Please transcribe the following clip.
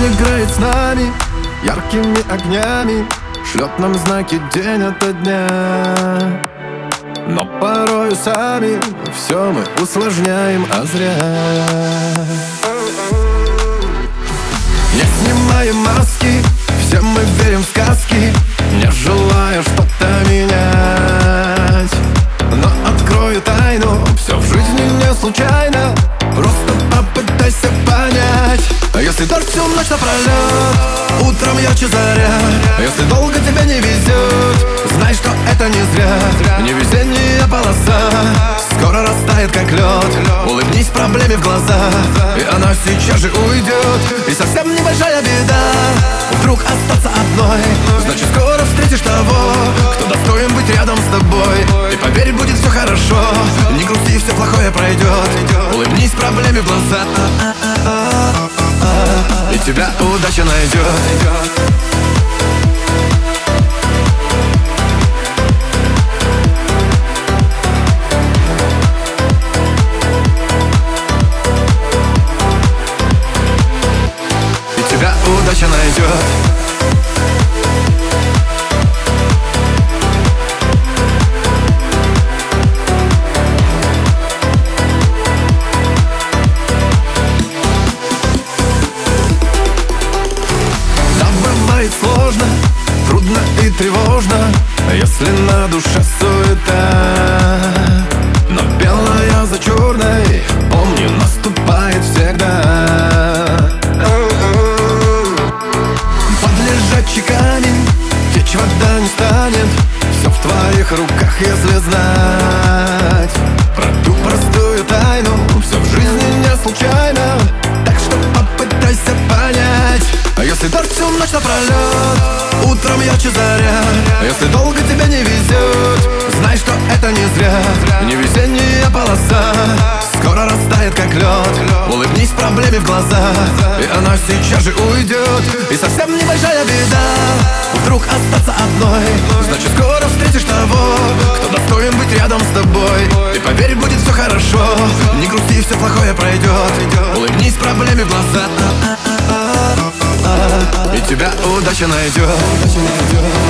играет с нами яркими огнями, шлет нам знаки день ото дня. Но порою сами все мы усложняем, а зря. Не снимаем маски, все мы верим в сказки, не желая что-то менять. Но открою тайну, все в жизни не случайно, просто попытайся понять. А если дождь всю ночь напролет, утром ярче заря. Если долго тебе не везет, знай, что это не зря. Невезение полоса скоро растает, как лед. Улыбнись проблеме в глаза, и она сейчас же уйдет. И совсем небольшая беда вдруг остаться одной, значит скоро встретишь того, кто достоин быть рядом с тобой. И поверь, будет все хорошо, не грусти, все плохое пройдет. Улыбнись проблеме в глаза, и тебя удача найдет. Удача найдет. Да, бывает сложно, трудно и тревожно, если на душе суета. Но белое за черной, помни, наступает всегда. Камень, течь вода не станет, все в твоих руках, если знать про ту простую тайну. Все в жизни не случайно, так что попытайся понять. А если дождь всю ночь напролет, утром ярче заря. Если долго тебе не везет, знай, что это не зря. Невезение полоса скоро растает, как лед. Улыбнись проблеме в глаза, и она сейчас же уйдет. И совсем небольшая беда вдруг остаться одной, значит скоро встретишь того, кто достоин быть рядом с тобой. И поверь, будет все хорошо, не грусти, все плохое пройдет. Улыбнись проблеме в глаза, и тебя удача найдет.